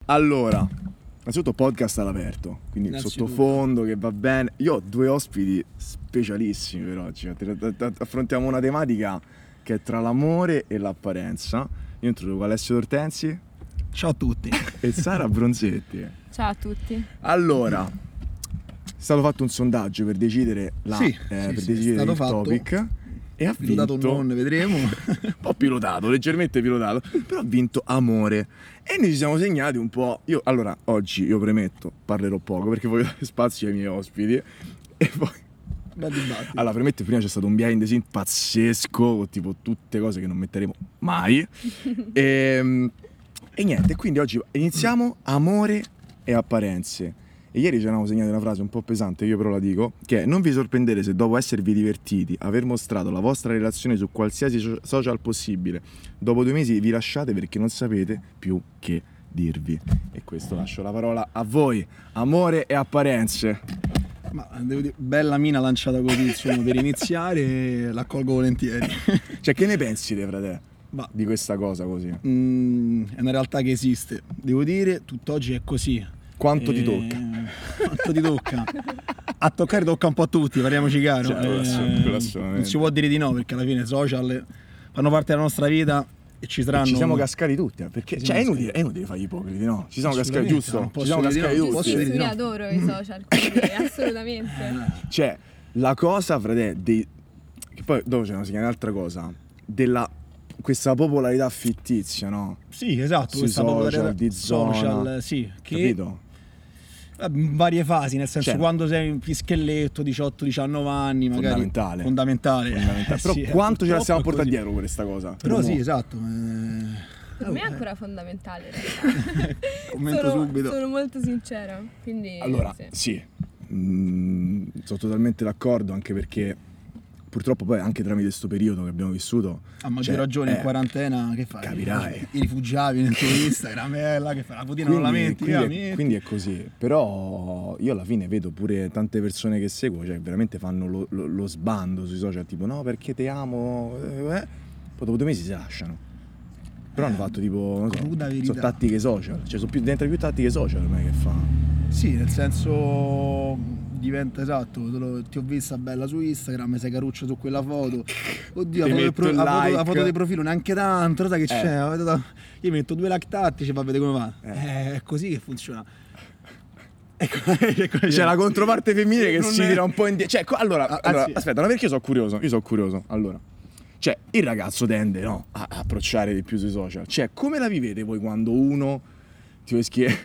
Allora, innanzitutto podcast all'aperto, quindi sottofondo che va bene. Io ho due ospiti specialissimi per oggi. Affrontiamo una tematica che è tra l'amore e l'apparenza. Io introduco Alessio Tortensi. Ciao a tutti. E Sara Bronzetti. Ciao a tutti. Allora, è stato fatto un sondaggio per decidere il topic. E ha pilotato vinto, non, vedremo. Un po' pilotato, leggermente pilotato, però ha vinto amore. E noi ci siamo segnati un po'. Oggi io premetto, parlerò poco perché voglio dare spazio ai miei ospiti. E poi. Allora, premetto, prima c'è stato un behind the scenes pazzesco, con tipo tutte cose che non metteremo mai. E niente, quindi oggi iniziamo amore e apparenze. E ieri ci eravamo segnati una frase un po' pesante, io però la dico, che è: non vi sorprendere se dopo esservi divertiti, aver mostrato la vostra relazione su qualsiasi social possibile, dopo 2 mesi vi lasciate perché non sapete più che dirvi. E questo lascio la parola a voi. Amore e apparenze. Ma devo dire, bella mina lanciata così, insomma, per iniziare, l'accolgo volentieri. Cioè, che ne pensi te, frate, di questa cosa così? È una realtà che esiste. Devo dire, tutt'oggi è così. Quanto ti tocca? Quanto ti tocca? A toccare tocca un po' a tutti, parliamoci chiaro. Non si può dire di no, perché alla fine i social fanno parte della nostra vita e ci saranno. Ci siamo cascati tutti, perché è inutile fare ipocriti, no? Ci siamo cascati, giusto? Ci siamo cascati tutti. Io adoro i social, quindi assolutamente. Cioè, la cosa, frate, che poi dopo c'è un'altra cosa, questa popolarità fittizia, no? Sì, esatto, sui questa social, popolarità di zona, social, sì, che capito? In varie fasi, nel senso, quando sei un pischeletto, 18-19 anni, magari fondamentale. Però sì, quanto ce la stiamo portando dietro questa cosa? Però sì, esatto. Per me è ancora fondamentale, in realtà. Commento subito. Sono molto sincera, quindi allora, sì. Sono totalmente d'accordo, anche perché purtroppo poi anche tramite questo periodo che abbiamo vissuto, a maggior ragione in quarantena, che fai? Capirai. I rifugiavi nel tuo Instagram, che fai? La fotina non la metti, quindi è così. Però io alla fine vedo pure tante persone che seguo, cioè veramente fanno lo sbando sui social, tipo no perché ti amo, poi dopo 2 mesi si lasciano. Però hanno fatto tipo, non so, sono tattiche social, cioè diventa più tattiche social ormai che fa. Sì, nel senso diventa esatto, ti ho vista bella su Instagram, sei caruccio su quella foto. Oddio, la foto di profilo neanche tanto, sai che c'è? Io metto 2 like tattici, va a vedere come va. È così che funziona. C'è la controparte femminile che si tira un po' indietro. Cioè, allora, aspetta, perché io sono curioso. Allora, cioè, il ragazzo tende, no, a approcciare di più sui social. Cioè, come la vivete voi quando uno ti vuoi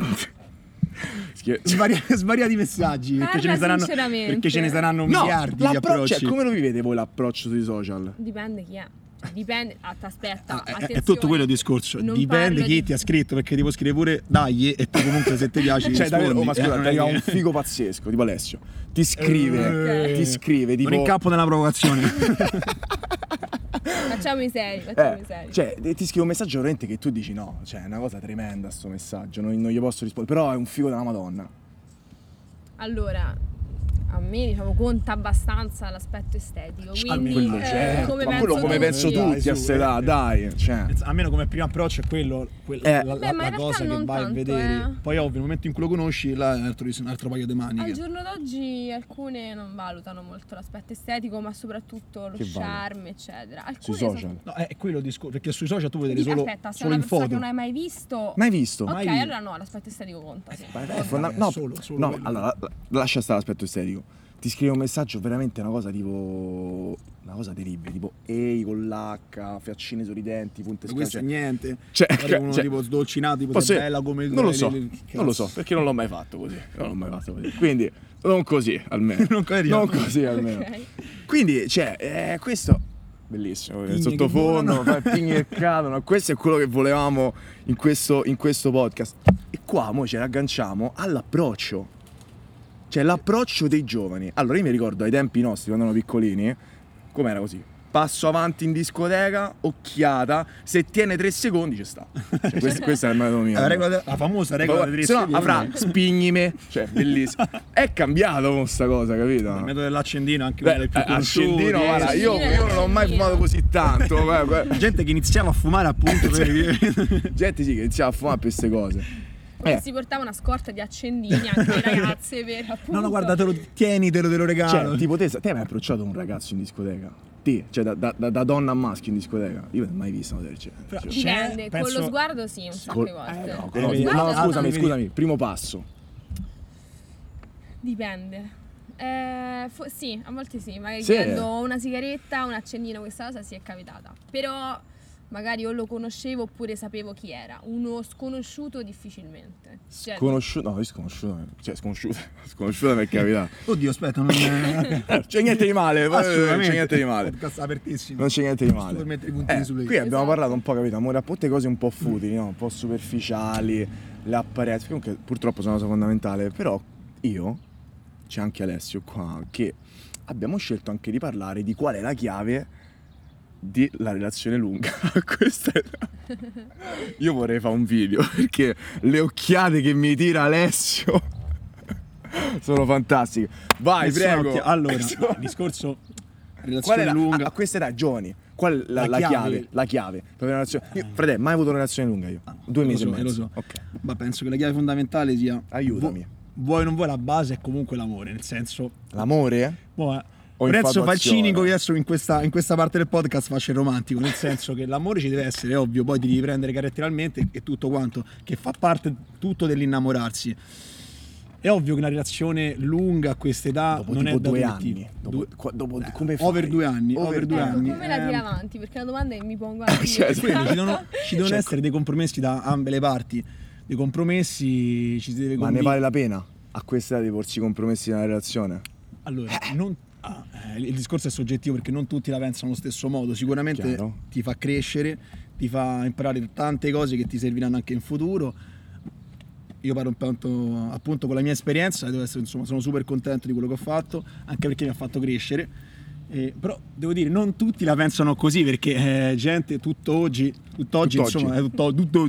svariati messaggi, perché ce ne saranno miliardi di approcci. Cioè, come lo vivete voi l'approccio sui social? Dipende chi è. Dipende, aspetta, è tutto quello il discorso. Dipende chi ti ha scritto, perché ti può scrivere pure dai e tu comunque se ti piace cioè, rispondi. Ma scusa, arriva un figo pazzesco, tipo Alessio. Ti scrive tipo. Non incappo nella provocazione. Facciamo i seri. Cioè, ti scrive un messaggio veramente che tu dici no, cioè è una cosa tremenda sto messaggio, non gli posso rispondere, però è un figo della Madonna. Allora, a me conta abbastanza l'aspetto estetico, quindi quello certo. come penso tutti a quest'età, dai, cioè. Almeno come primo approccio è quello la cosa che vai a vedere. Poi ovvio, nel momento in cui lo conosci, là è un altro paio di maniche. Al giorno d'oggi alcune non valutano molto l'aspetto estetico, ma soprattutto lo charme, eccetera. Sui social? No, è quello il discorso, perché sui social tu vedi solo in foto. Aspetta, se è una persona che non hai mai visto. Ok, allora no, l'aspetto estetico conta, sì. No, allora lascia stare l'aspetto estetico. Ti scrive un messaggio veramente una cosa terribile, tipo ehi con l'H, faccine sorridenti, punte schiacciate. Questo è niente. Cioè, uno tipo sdolcinato, tipo sei bella come non lo so, perché non l'ho mai fatto così. Quindi non così almeno. Non così almeno. Okay. Quindi, cioè, questo bellissimo, il sottofondo, pigni che cadono. Questo è quello che volevamo in questo podcast. E qua mo ci ragganciamo all'approccio. Cioè l'approccio dei giovani. Allora io mi ricordo ai tempi nostri, quando erano piccolini, com'era così? Passo avanti in discoteca, occhiata, se tiene 3 secondi ci sta. Cioè, questa è il metodo mio. La famosa regola dei 3 secondi. Se no avrà spignime, cioè bellissimo. È cambiato questa cosa, capito? Il metodo dell'accendino anche uno dei più conosciuti. Accendino, guarda, io non ho mai fumato così tanto. Gente che iniziava a fumare appunto. Gente che iniziava a fumare per queste cose. E si portava una scorta di accendini anche le ragazze per appunto. No, guarda, tienitelo, te lo regalo. Cioè, tipo te hai mai approcciato un ragazzo in discoteca? Te, cioè da donna a maschio in discoteca? Io non l'ho mai visto una del genere. Dipende, con lo sguardo sì, un sacco di volte. No, scusami, primo passo. Dipende. Sì, a volte sì, magari chiedo una sigaretta, un accendino, questa cosa sì è capitata. Però magari o lo conoscevo oppure sapevo chi era. Uno sconosciuto difficilmente. Sconosciuto? No, sconosciuta mi è capitato. Oddio, aspetta, non c'è niente di male, non c'è niente di male. Podcast apertissimo. Non c'è niente di male. Per mettere i puntini sulle qui abbiamo parlato un po', capito, amore a tutte cose un po' futili, no? Un po' superficiali, le apparenze, comunque purtroppo sono una cosa fondamentale, però io, c'è anche Alessio qua, che abbiamo scelto anche di parlare di qual è la chiave della relazione lunga. Questa è io vorrei fare un video perché le occhiate che mi tira Alessio sono fantastiche. Vai, prego. Allora, il discorso relazione lunga a queste ragioni. Qual è la chiave? La chiave per una relazione. Fratello, mai avuto una relazione lunga io. 2 mesi e mezzo. Lo so. Okay. Ma penso che la chiave fondamentale sia aiutami. Vuoi o non vuoi, la base è comunque l'amore, nel senso l'amore? Renzo fa il cinico, io adesso in questa parte del podcast faccio il romantico, nel senso che l'amore ci deve essere, è ovvio, poi ti devi prendere caratterialmente e tutto quanto, che fa parte tutto dell'innamorarsi. È ovvio che una relazione lunga a quest'età dopo non tipo è da 2 tutti. anni. Dopo come fai? Over 2 anni. Come la tiri avanti? Perché la domanda che mi pongo anche io. Ci devono essere dei compromessi da ambe le parti. Dei compromessi ci si deve Ma ne vale la pena a quest'età di porsi compromessi nella relazione? Allora, il discorso è soggettivo perché non tutti la pensano allo stesso modo. Sicuramente chiaro. Ti fa crescere, ti fa imparare tante cose che ti serviranno anche in futuro. Io parlo appunto con la mia esperienza, insomma, sono super contento di quello che ho fatto, anche perché mi ha fatto crescere. Però devo dire, non tutti la pensano così, perché gente tutt'oggi insomma, è tutto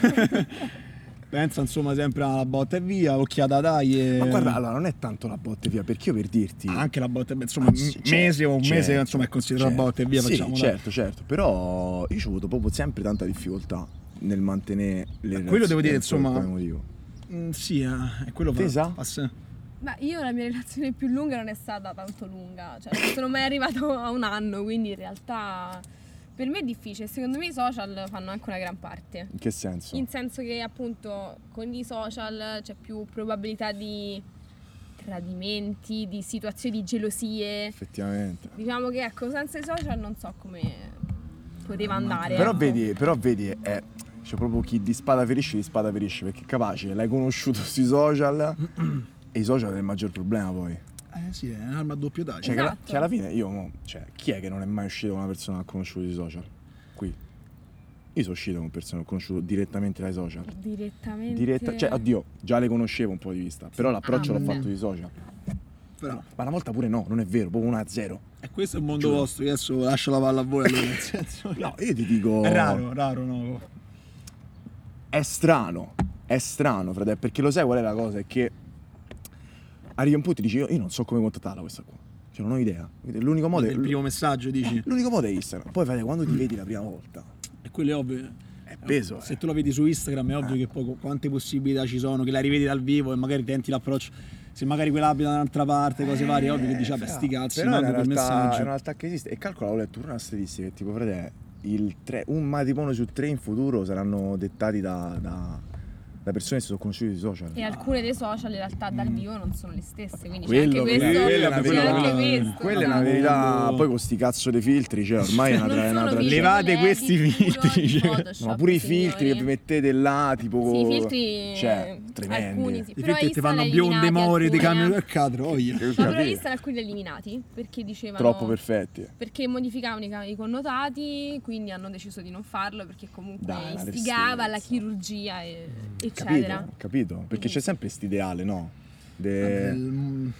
pensa insomma sempre alla botta e via, occhiata dai. Ma guarda, allora non è tanto la botta e via, perché io per dirti anche la botta e via, insomma, mese o un mese insomma è considerato la botta e via, facciamo. Certo, però io ho avuto proprio sempre tanta difficoltà nel mantenere le relazioni. Quello devo dire, insomma, per quale motivo? Sì, è quello Tesa? Ma io la mia relazione più lunga non è stata tanto lunga, cioè non sono mai arrivato a 1 anno, quindi in realtà per me è difficile. Secondo me i social fanno anche una gran parte. In che senso? In senso che appunto con i social c'è più probabilità di tradimenti, di situazioni di gelosie. Effettivamente. Diciamo che ecco, senza i social non so come poteva andare. Però vedi, c'è proprio chi di spada ferisce, perché capace, l'hai conosciuto sui social e i social è il maggior problema poi. Sì, è un'arma a doppio taglio. Cioè, esatto. che alla fine chi è che non è mai uscito con una persona che ha conosciuto sui social? Qui. Io sono uscito con persone che ho conosciuto direttamente dai social. Cioè, oddio, già le conoscevo un po' di vista, però l'approccio l'ho fatto sui social. Però. Ma una volta pure no, non è vero, proprio 1-0. E questo è il mondo vostro, io adesso lascio la palla a voi allora, nel senso. No, io ti dico. È raro, no. È strano, fratello, perché lo sai qual è la cosa? È che arrivi un punto e dici io non so come contattarla questa qua. Cioè non ho idea. L'unico modo è il primo messaggio, dici? L'unico modo è Instagram. Poi fratello, quando ti vedi la prima volta. E quello è ovvio. È peso. Se tu la vedi su Instagram è ovvio che poi quante possibilità ci sono, che la rivedi dal vivo e magari tenti l'approccio. Se magari quella abita da un'altra parte, cose varie, è ovvio che dici vabbè sti cazzi, mando quel messaggio. È una realtà che esiste. E calcola, ho letto una statistica che tipo fratello, un matrimonio su 3 in futuro saranno dettati da persone che si sono conosciute sui social. E alcune dei social in realtà dal vivo non sono le stesse, quindi quello, c'è anche quella è una verità. Poi con sti cazzo dei filtri, cioè ormai è una levate questi filtri, ma pure i filtri che vi mettete là, tipo. Sì, i filtri. Cioè, tremendi. I filtri ti fanno bionde more, ti cambiano il cadro. Ma però stanno alcuni eliminati perché dicevano. Troppo perfetti. Perché modificavano i connotati, quindi hanno deciso di non farlo perché comunque istigava alla chirurgia eccetera. Capito? Perché c'è sempre quest'ideale, no? Del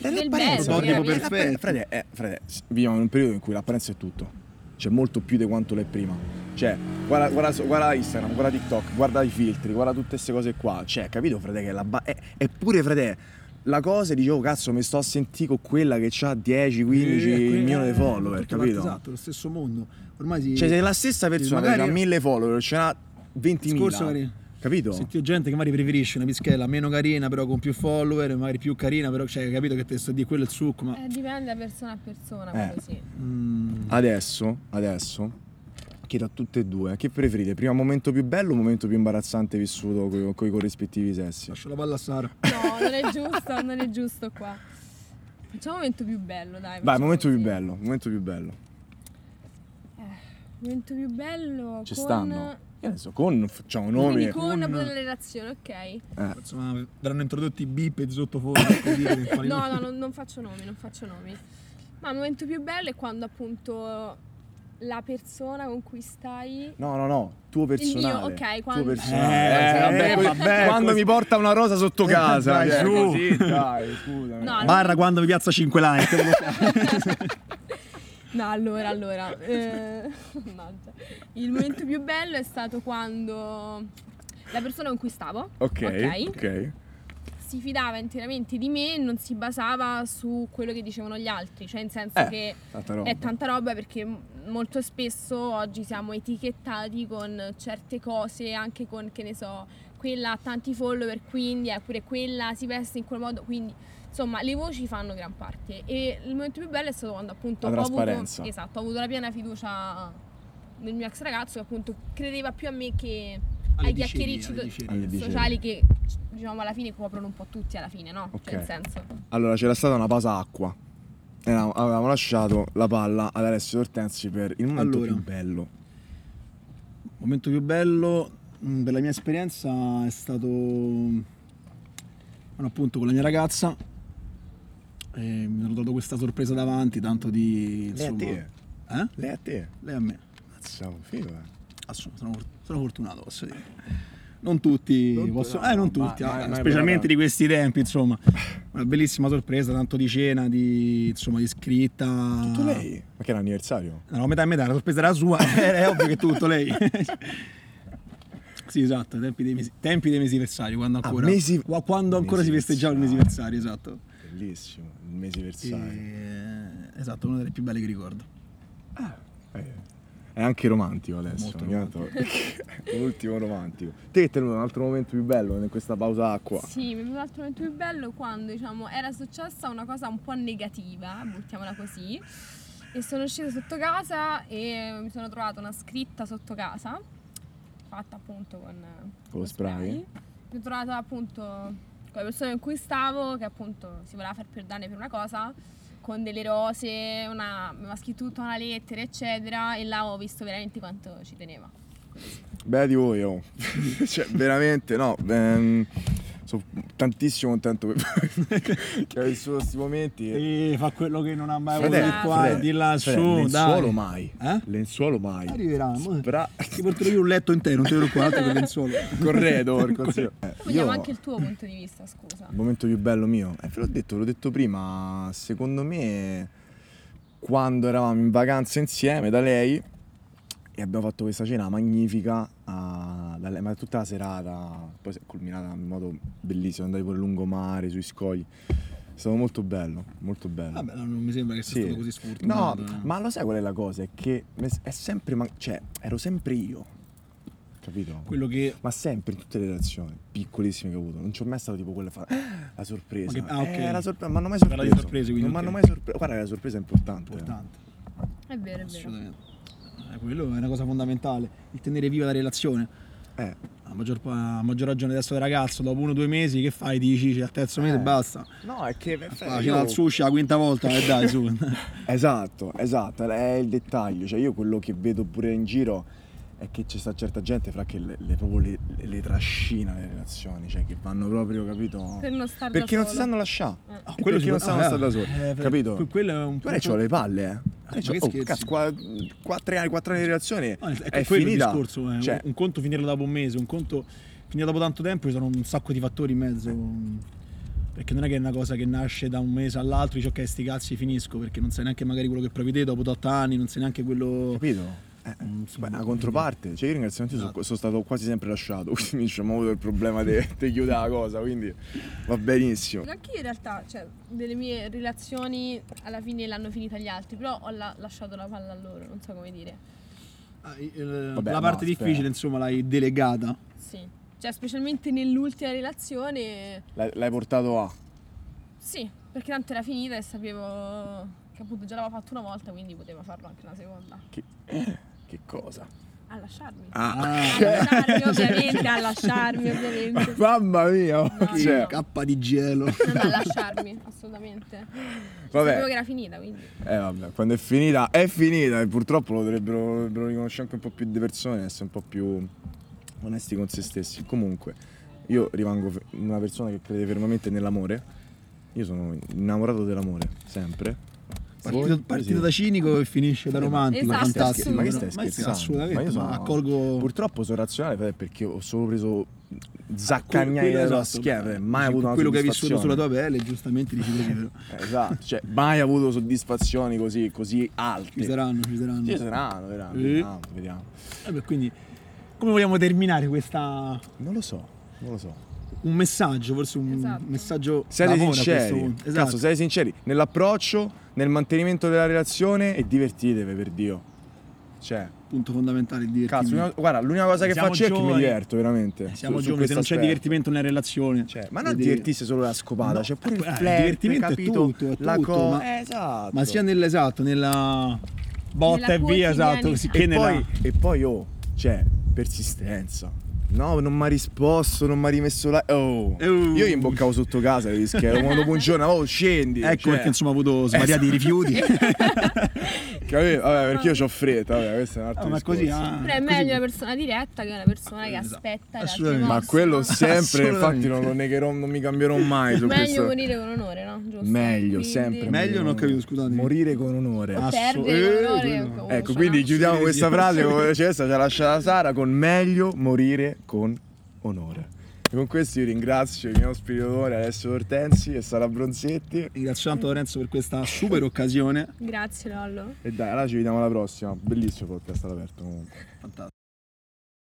Frate, viviamo in un periodo in cui l'apparenza è tutto. C'è molto più di quanto l'è prima. Cioè, guarda Instagram, guarda TikTok, guarda i filtri, guarda tutte queste cose qua. Cioè, capito, frate, che eppure, frate, la cosa dicevo, cazzo, mi sto a sentire con quella che ha 10, 15 milioni di follower, capito? Esatto, lo stesso mondo. Ormai Cioè, sei la stessa persona che ha 1000 follower, ce n'ha 20.000. capito? Senti gente che magari preferisce una pischella meno carina però con più follower, magari più carina però, cioè, capito che te sto di quello è il succo, ma Dipende da persona a persona, quello sì. Adesso chiedo a tutte e due, che preferite? Prima momento più bello o momento più imbarazzante vissuto con i corrispettivi sessi? lascio la palla a Sara. No, non è giusto qua. Facciamo un momento più bello, dai. Vai, momento così. più bello, momento più bello. Momento più bello Ci con... stanno? Io adesso facciamo nomi. Quindi con la relazione, ok. Insomma, verranno introdotti i beep di sottofondo. per dire in quali- No, non faccio nomi. Ma il momento più bello è quando appunto la persona con cui stai... No, tuo personale. Il mio, ok, quando... Tuo personale. vabbè, quando così- mi porta una rosa sotto casa. Dai, su. Così, dai, scusami. No, Barra quando mi piazza 5 like. No, allora. Mannaggia. Il momento più bello è stato quando la persona con cui stavo, Ok. si fidava interamente di me e non si basava su quello che dicevano gli altri, cioè in senso che tanta roba. è tanta roba, perché molto spesso oggi siamo etichettati con certe cose, anche con, che ne so, quella ha tanti follower, quindi pure quella si veste in quel modo, quindi insomma le voci fanno gran parte. E il momento più bello è stato quando appunto La ho trasparenza. avuto la piena fiducia nel mio ex ragazzo, che appunto credeva più a me che Alle ai dicerie, chiacchiericci alle dicerie. sociali che diciamo alla fine coprono un po' tutti alla fine, no? Ok. Cioè, nel senso. Allora c'era stata una pausa acqua. E avevamo lasciato la palla ad Alessio Ortensi per il momento Allora. più bello. Il momento più bello per la mia esperienza è stato appunto con la mia ragazza. Mi hanno dato questa sorpresa davanti, tanto di Lei a insomma. te? Eh? Lei a te? Lei a me. Mazza, figo, Sono fortunato, posso dire. Non tutti, non tutti, mai specialmente però. di questi tempi, insomma. Una bellissima sorpresa, tanto di cena, di scritta. Tutto lei? Ma che era l'anniversario? No, metà e metà, la sorpresa era sua, è ovvio che tutto lei. Sì, esatto, tempi dei mesiversari, quando ancora, quando ancora si festeggiava il mesiversario, esatto. Bellissimo, il mesiversario. Esatto, una delle più belle che ricordo. È anche romantico adesso. Molto L'ultimo romantico. Te che tenuto un altro momento più bello in questa pausa acqua? Sì, un altro momento più bello quando diciamo era successa una cosa un po' negativa, buttiamola così, e sono scesa sotto casa e mi sono trovata una scritta sotto casa fatta appunto con lo spray. Mi sono trovata appunto con la persona con cui stavo, che appunto si voleva far perdonare per una cosa, con delle rose, mi aveva scritto tutta una lettera eccetera, e là ho visto veramente quanto ci teneva. Beh di voi, oh. Cioè veramente no, sono tantissimo contento che hai vissuto questi momenti. E fa quello che non ha mai voluto Fratello, qua, fratello, di lassù, lenzuolo dai. mai. Lenzuolo mai. Arriverà, Ti porterò io un letto intero, non ti preoccupare, altro che lenzuolo. corredo per consiglio. Vogliamo anche il tuo punto di vista, scusa. Il momento più bello mio, ve l'ho detto prima, secondo me quando eravamo in vacanza insieme da lei e abbiamo fatto questa cena magnifica, ma tutta la serata, poi si è culminata in modo bellissimo, andai pure lungomare, sui scogli, è stato molto bello, molto bello. Vabbè, non mi sembra che sia stato così sfortunato. No, ma lo sai qual è la cosa? È che è sempre, cioè, ero sempre io, capito? Quello che... Ma sempre, in tutte le relazioni piccolissime che ho avuto, non c'ho mai stato tipo quella la sorpresa. Ok. Non mi hanno mai sorpreso. Parla di sorprese, quindi, non mi ok. hanno mai sorpreso. Guarda che la sorpresa è importante. È vero. Assolutamente. Quello è una cosa fondamentale, il tenere viva la relazione. A maggior ragione adesso da ragazzo, dopo 1 o 2 mesi, che fai? Dici al terzo mese basta. No, è che Cena al sushi la quinta volta, dai su. Esatto, è il dettaglio. Cioè io quello che vedo pure in giro è che c'è sta certa gente fra che proprio le trascina le relazioni, cioè che vanno proprio, capito? Per non star perché da non si solo. sanno lasciare. Quello perché non sanno stare da soli, capito? Quello è un Guarda, c'ho le palle, cazzo, 4 anni di relazione è quello finita. Il discorso, cioè, un conto finirlo dopo un mese, un conto finire dopo tanto tempo, ci sono un sacco di fattori in mezzo. Perché non è che è una cosa che nasce da un mese all'altro, dici ok sti cazzi finisco, perché non sai neanche magari quello che provi te dopo 8 anni, non sai neanche quello... Capito? Una controparte, cioè io ringraziamenti sono stato quasi sempre lasciato, quindi diciamo ho avuto il problema di chiudere la cosa, quindi va benissimo. Anche io in realtà, cioè, delle mie relazioni alla fine l'hanno finita gli altri, però ho lasciato la palla a loro, non so come dire. La parte difficile insomma l'hai delegata. Sì. Cioè, specialmente nell'ultima relazione. L'hai portato a? Sì, perché tanto era finita e sapevo che appunto già l'aveva fatto una volta, quindi poteva farlo anche una seconda. Che cosa? A lasciarmi. A lasciarmi ovviamente. Mamma mia, No, cioè. no. Cappa di gelo. No, a lasciarmi, assolutamente. Vabbè. Sapevo che era finita, quindi. Vabbè, quando è finita e purtroppo lo dovrebbero riconoscere anche un po' più di persone, essere un po' più onesti con se stessi. Comunque, io rimango una persona che crede fermamente nell'amore. Io sono innamorato dell'amore, sempre. Partito da cinico e finisce da romantico, Esatto, fantastico. Ma che stai scherzando? Assolutamente, Ma io sono, accolgo... Purtroppo sono razionale perché ho solo preso zaccagnai quello dalla esatto, schiena, mai avuto una quello che hai soddisfazione. vissuto sulla tua pelle, giustamente dici così, però. Esatto, cioè mai avuto soddisfazioni così alte. Ci saranno. Ci saranno, vediamo. Beh, quindi, come vogliamo terminare questa... Non lo so. Un messaggio, forse un Esatto. messaggio Siete d'amore a questo sinceri, punto. cazzo, Esatto. siete sinceri nell'approccio, nel mantenimento della relazione e divertitevi, per Dio. Cioè, Punto fondamentale il cazzo, divertimento. guarda, l'unica cosa che Siamo faccio è che mi giovani. diverto veramente. Siamo su giovani, se non c'è questo divertimento nella relazione. Cioè, ma non vedi- divertirsi solo la scopata, No, c'è pure il il flirt, divertimento capito? è La tutto, cosa, ma- esatto. Ma sia nella botta Nella e via, esatto, quotidianità. così che E nella... poi, cioè, persistenza. No, non mi ha risposto, non mi ha rimesso la... Io gli imboccavo sotto casa e rischiavo, quando dopo un giorno, scendi. Ecco cioè, perché insomma ho avuto svariati rifiuti. capito? Vabbè, perché io c'ho fretta, vabbè, questo è un altro Ma discorso. così, Però è meglio una persona diretta che una persona che Esatto. aspetta le altre Assolutamente. Ma mosse, quello no? sempre, Assolutamente. infatti non lo negherò, non mi cambierò mai su Meglio questo. morire con onore, no? Giusto? Meglio, Quindi- sempre. Meglio, non ho capito, scusate. Morire con onore. Perdere con onore è un quello. Ecco, conoscio, quindi no? chiudiamo Sì, questa sì. frase, come c'è sta, ce l'ha lasciata Sara, con meglio morire con onore. E con questo io ringrazio i miei ospiti d'onore Alessio Ortensi e Sara Bronzetti. Ringrazio tanto Lorenzo per questa super occasione. Grazie Lollo. E dai, allora ci vediamo alla prossima. Bellissimo podcast all'aperto comunque. Fantastico.